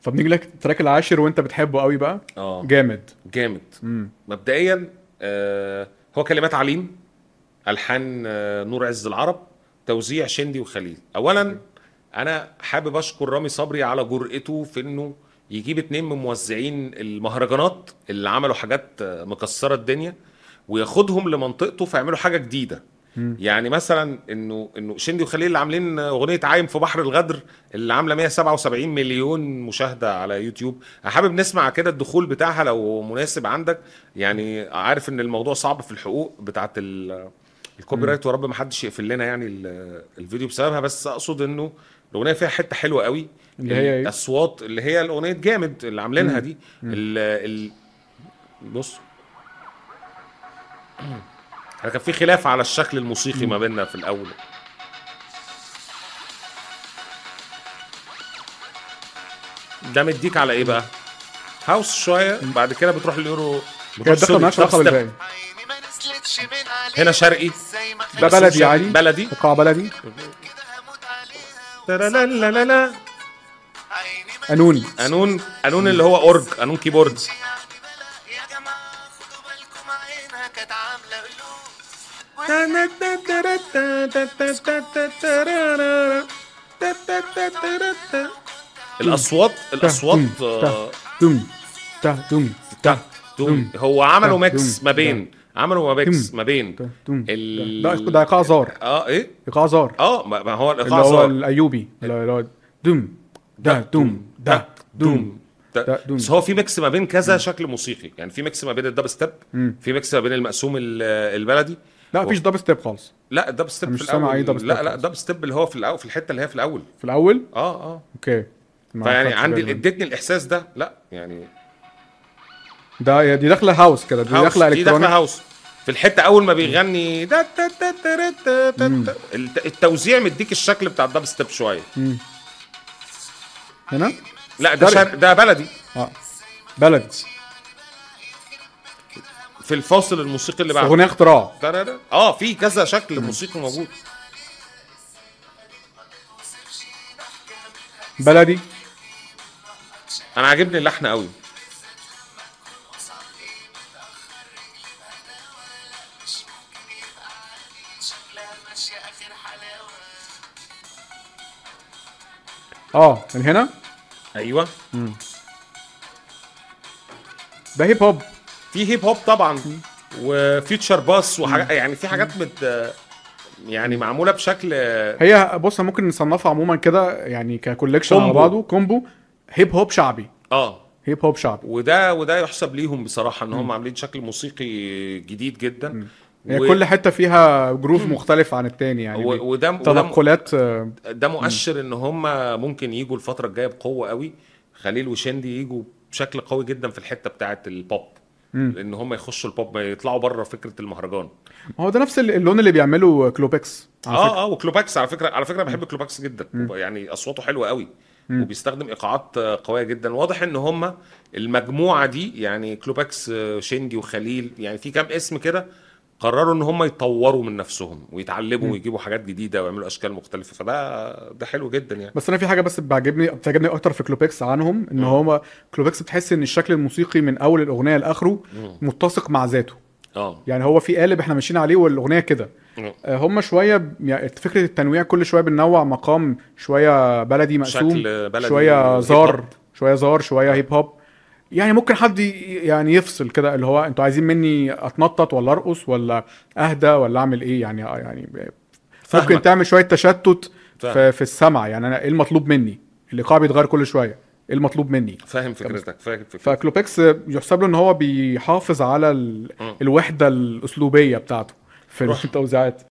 طب نيجي لك التراك العاشر وانت بتحبه قوي بقى. جامد. مبدئيا هو كلمات عليم، الحان نور عز العرب، توزيع شندي وخليل. اولا انا حابب اشكر رامي صبري على جرأته في انه يجيب 2 من موزعين المهرجانات اللي عملوا حاجات مكسره الدنيا وياخدهم لمنطقته فيعملوا حاجه جديده. يعني مثلا انه شندي وخليل اللي عاملين اغنيه عايم في بحر الغدر اللي عامله 177 مليون مشاهده على يوتيوب. حابب نسمع كده الدخول بتاعها لو مناسب عندك. يعني عارف ان الموضوع صعب في الحقوق بتاعه الكوبي رايت، ورب ما حدش يقفل لنا يعني الفيديو بسببها، بس اقصد انه الاغنيه فيها حته حلوه قوي. اللي هي ايه؟ الاصوات اللي هي الاغنيه جامد اللي عاملينها دي. بص كان في خلاف على الشكل الموسيقي ما بيننا في الاول. ده مديك على ايه بقى؟ هاوس شويه، بعد كده بتروح اليورو، كده دخل مالهاش علاقه بالباقي. هنا شرقي، ده بلدي عادي، بلدي ايقاع بلدي. لا قانون اللي هو اورج، قانون كيبورد. الاصوات دوم. هو عملوا ميكس ما بين ده ايقاع زار. ايه ايقاع زار. ما هو الايقاع زار اللي هو الايوبي اللي هو دوم دوم. بس هو في ميكس ما بين كذا شكل موسيقي. يعني في ميكس ما بين الدب ستيب، في ميكس ما بين المقسوم البلدي. لا مفيش دب ستيب خالص. لا الدب ستيب مش في سامع اي الاول. دب ستيب. لا الدب ستيب اللي هو في الحته اللي هي في الاول. اوكي. فيعني عندي ادتني الاحساس ده. لا يعني ده دي داخله هاوس كده، دي داخله الكترونيك. دي داخله هاوس في الحته اول ما بيغني التوزيع مديك الشكل بتاع الدب ستيب شويه. هنا لا ده بلدي. بلدي في الفاصل الموسيقي اللي بعده اغنيه اختراع. في كذا شكل موسيقي موجود. بلدي انا عاجبني اللحن قوي. من هنا. ايوه. ده هيب هوب. في هيب هوب طبعا وفيوتشر باس وحاجات. يعني في حاجات يعني معموله بشكل. هي بص ممكن نصنفها عموما كده يعني ككولكشن على بعضه كومبو هيب هوب شعبي. هيب هوب شعبي. وده يحسب ليهم بصراحه ان هم عاملين شكل موسيقي جديد جدا. كل حته فيها جروف مختلف عن التاني يعني. وده تنقلات. ده مؤشر ان هم ممكن يجوا الفتره الجايه بقوه قوي. خليل وشندي يجوا بشكل قوي جدا في الحته بتاعه البوب. لان هم يخشوا البوب، يطلعوا بره فكره المهرجان. ما هو ده نفس اللون اللي بيعمله كلوبكس. وكلوبكس على فكره بحب كلوبكس جدا. يعني اصواته حلوه قوي وبيستخدم ايقاعات قويه جدا. واضح ان هم المجموعه دي يعني كلوبكس شندي وخليل، يعني في كام اسم كده قرروا ان هم يطوروا من نفسهم ويتعلموا ويجيبوا حاجات جديده ويعملوا اشكال مختلفه. فده حلو جدا يعني. بس انا في حاجه بس بتعجبني اكتر في كلوبكس عنهم، ان هو كلوبكس بتحس ان الشكل الموسيقي من اول الاغنيه لاخره متسق مع ذاته. يعني هو في قالب احنا ماشيين عليه والاغنيه كده. هم شويه يعني فكره التنويع، كل شويه بننوع مقام، شويه بلدي مقسوم، بلدي شويه زار شويه هيب هوب. يعني ممكن حد يعني يفصل كده، اللي هو انتوا عايزين مني اتنطط ولا ارقص ولا اهدى ولا اعمل ايه يعني ممكن تعمل شويه تشتت في السمع. يعني انا ايه المطلوب مني؟ الايقاع بيتغير كل شويه، ايه المطلوب مني؟ فاهم فكرتك. فكلوبكس يحسب له ان هو بيحافظ على الوحده الاسلوبيه بتاعته في التوزيعات.